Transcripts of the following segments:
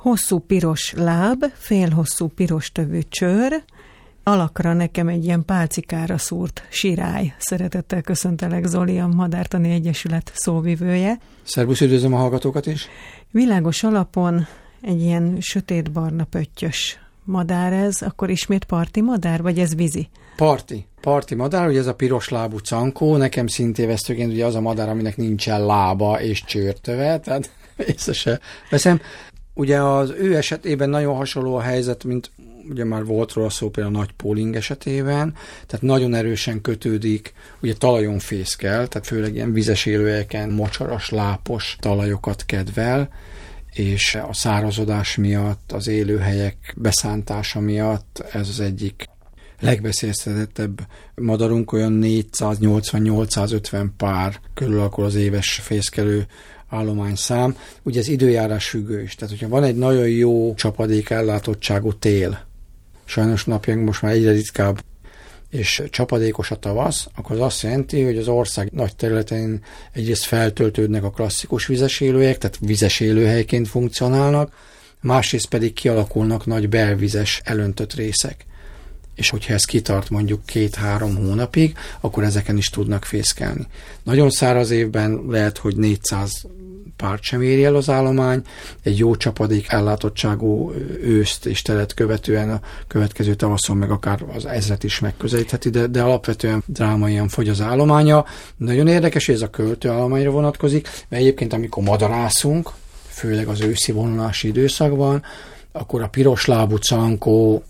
hosszú piros láb, félhosszú piros tövű csőr, alakra nekem egy ilyen pálcikára szúrt sirály. Szeretettel köszöntelek, Zoli, a Madártani Egyesület szóvivője. Szervusz, üdvözlöm a hallgatókat is. Világos alapon egy ilyen sötétbarna pöttyös madár ez, akkor ismét parti madár, vagy ez vízi? Parti madár, ugye ez a piros lábú cankó, nekem szintévesztőként ugye az a madár, aminek nincsen lába és csőrtöve, tehát észre se veszem. Ugye az ő esetében nagyon hasonló a helyzet, mint ugye már volt róla szó például a nagy póling esetében, tehát nagyon erősen kötődik, ugye talajon fészkel, tehát főleg ilyen vizes élőhelyeken mocsaras, lápos talajokat kedvel, és a szárazodás miatt, az élőhelyek beszántása miatt ez az egyik legbeszéltetettebb madarunk, olyan 480-850 pár körül akkor az éves fészkelő állományszám. Ugye ez időjárás függő is, tehát hogyha van egy nagyon jó csapadékellátottságú tél, sajnos napjainkban most már egyre ritkább, és csapadékos a tavasz, akkor az azt jelenti, hogy az ország nagy területein egyrészt feltöltődnek a klasszikus vizes élőhelyek, tehát vizes élőhelyként funkcionálnak, másrészt pedig kialakulnak nagy belvizes elöntött részek. És hogyha ez kitart mondjuk 2-3 hónapig, akkor ezeken is tudnak fészkelni. Nagyon száraz évben lehet, hogy 400 párt sem éri el az állomány, egy jó csapadék ellátottságú őszt és telet követően a következő tavaszon meg akár az 1000-et is megközelítheti, de alapvetően drámaian fogy az állománya. Nagyon érdekes, hogy ez a költő állományra vonatkozik, mert egyébként amikor madarászunk, főleg az őszi vonulási időszakban, akkor a piros lábú cankó,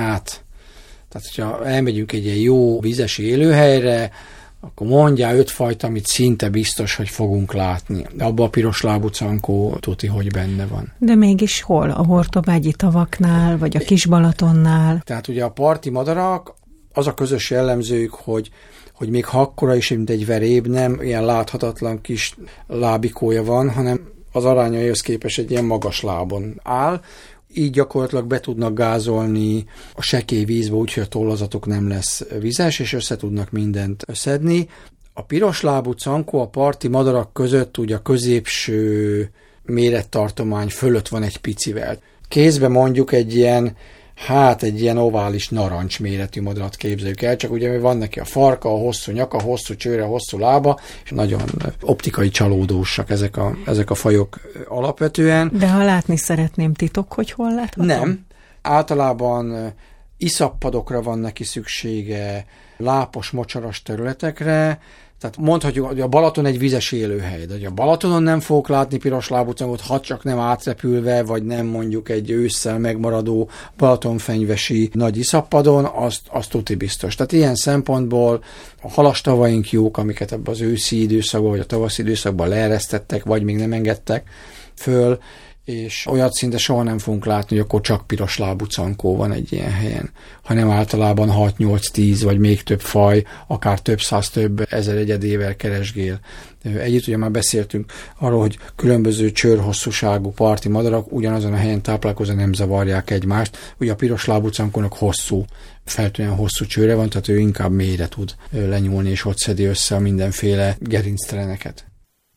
tehát hogyha elmegyünk egy ilyen jó vizes élőhelyre, akkor mondjál 5 fajta, amit szinte biztos, hogy fogunk látni. Abban a piros lábú cankó tuti, hogy benne van. De mégis hol? A hortobágyi tavaknál, vagy a Kis-Balatonnál? Tehát ugye a parti madarak, az a közös jellemzőjük, hogy még ha akkora is, mint egy veréb, nem ilyen láthatatlan kis lábikója van, hanem az arányaihoz képest egy ilyen magas lábon áll. Így gyakorlatilag be tudnak gázolni a sekély vízbe, úgyhogy a tollazatok nem lesz vizes, és össze tudnak mindent szedni. A piroslábú cankó a parti madarak között ugye a középső mérettartomány fölött van egy picivel. Kézbe mondjuk egy ilyen ovális narancs méretű madarat képzeljük el, csak ugye van neki a farka, a hosszú nyaka, a hosszú csőre, a hosszú lába, és nagyon optikai csalódósak ezek a fajok alapvetően. De ha látni szeretném, titok, hogy hol láthatom? Nem. Általában iszappadokra van neki szüksége, lápos, mocsaras területekre, tehát mondhatjuk, hogy a Balaton egy vizes élőhely, de hogy a Balatonon nem fogok látni piros lábú cankót, ha csak nem átrepülve, vagy nem mondjuk egy ősszel megmaradó balatonfenyvesi nagy iszappadon, azt tuti biztos. Tehát ilyen szempontból a halastavaink jók, amiket ebben az őszi időszakban, vagy a tavaszi időszakban leeresztettek, vagy még nem engedtek föl, és olyat szinte soha nem fogunk látni, hogy akkor csak piros lábú cankó van egy ilyen helyen, hanem általában 6-8-10 vagy még több faj, akár több száz, több ezer egyedével keresgél. Együtt ugye már beszéltünk arról, hogy különböző csőrhosszúságú parti madarak ugyanazon a helyen táplálkozva nem zavarják egymást. Ugye a piros lábú cankónak feltűnően hosszú csőre van, tehát ő inkább mélyre tud lenyúlni, és ott szedi össze a mindenféle gerincteleneket.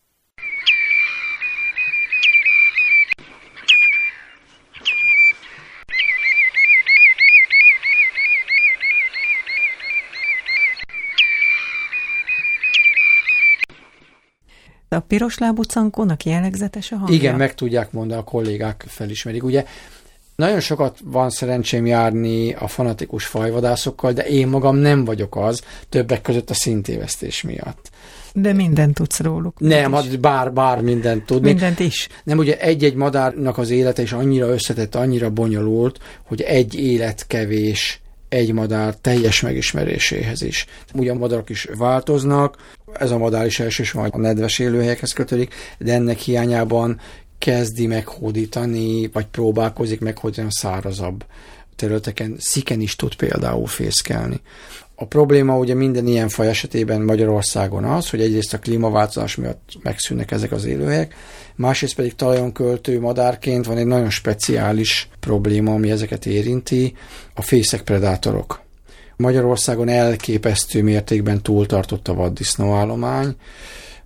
A piroslábú cankónak jellegzetes a hangja? Igen, meg tudják mondani, a kollégák felismerik. Ugye nagyon sokat van szerencsém járni a fanatikus fajvadászokkal, de én magam nem vagyok az, többek között a színtévesztés miatt. De mindent tudsz róluk. Nem, bár mindent tudni. Mindent is. Nem, ugye egy-egy madárnak az élete is annyira összetett, annyira bonyolult, hogy egy élet kevés egy madár teljes megismeréséhez is. Ugye a madarak is változnak, ez a madár is elsősorban a nedves élőhelyekhez kötődik, de ennek hiányában kezdi meghódítani, vagy próbálkozik meghódítani a szárazabb területeken. Sziken is tud például fészkelni. A probléma ugye minden ilyen faj esetében Magyarországon az, hogy egyrészt a klímaváltozás miatt megszűnnek ezek az élőhelyek, másrészt pedig talajon költő madárként van egy nagyon speciális probléma, ami ezeket érinti, a fészekpredátorok. Magyarországon elképesztő mértékben túltartott a vaddisznóállomány.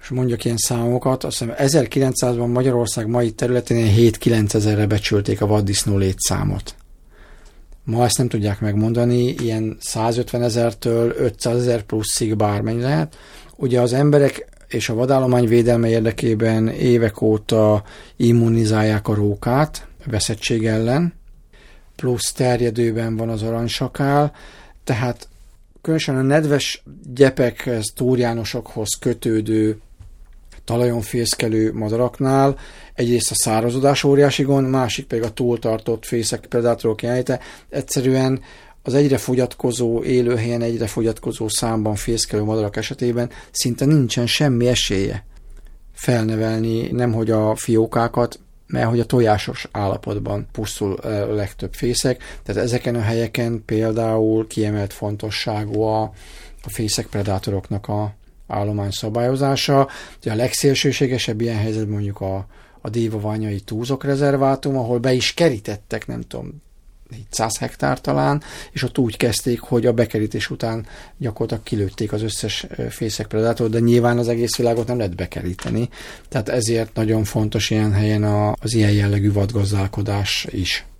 és mondjuk ilyen számokat, azt hiszem 1900-ban Magyarország mai területén 7-9 ezerre becsülték a vaddisznó létszámot. Ma ezt nem tudják megmondani, ilyen 150 ezertől 500 ezer pluszig bármennyi lehet. Ugye az emberek és a vadállomány védelme érdekében évek óta immunizálják a rókát veszettség ellen, plusz terjedőben van az aranysakál, tehát különösen a nedves gyepekhez, túrjánosokhoz kötődő, talajon fészkelő madaraknál egyrészt a szárazodás óriási gond, másik pedig a túltartott fészek predátorok jelenléte. Egyszerűen az egyre fogyatkozó élőhelyen, egyre fogyatkozó számban fészkelő madarak esetében szinte nincsen semmi esélye felnevelni, nemhogy a fiókákat, mert hogy a tojásos állapotban pusztul a legtöbb fészek. Tehát ezeken a helyeken például kiemelt fontosságú a fészek predátoroknak a állomány szabályozása. A legszélsőségesebb ilyen helyzet mondjuk a Dévavanyai túzok rezervátum, ahol be is kerítettek, nem tudom, 700 hektár talán, és ott úgy kezdték, hogy a bekerítés után gyakorlatilag kilőtték az összes fészek predátort, de nyilván az egész világot nem lehet bekeríteni. Tehát ezért nagyon fontos ilyen helyen az ilyen jellegű vadgazdálkodás is.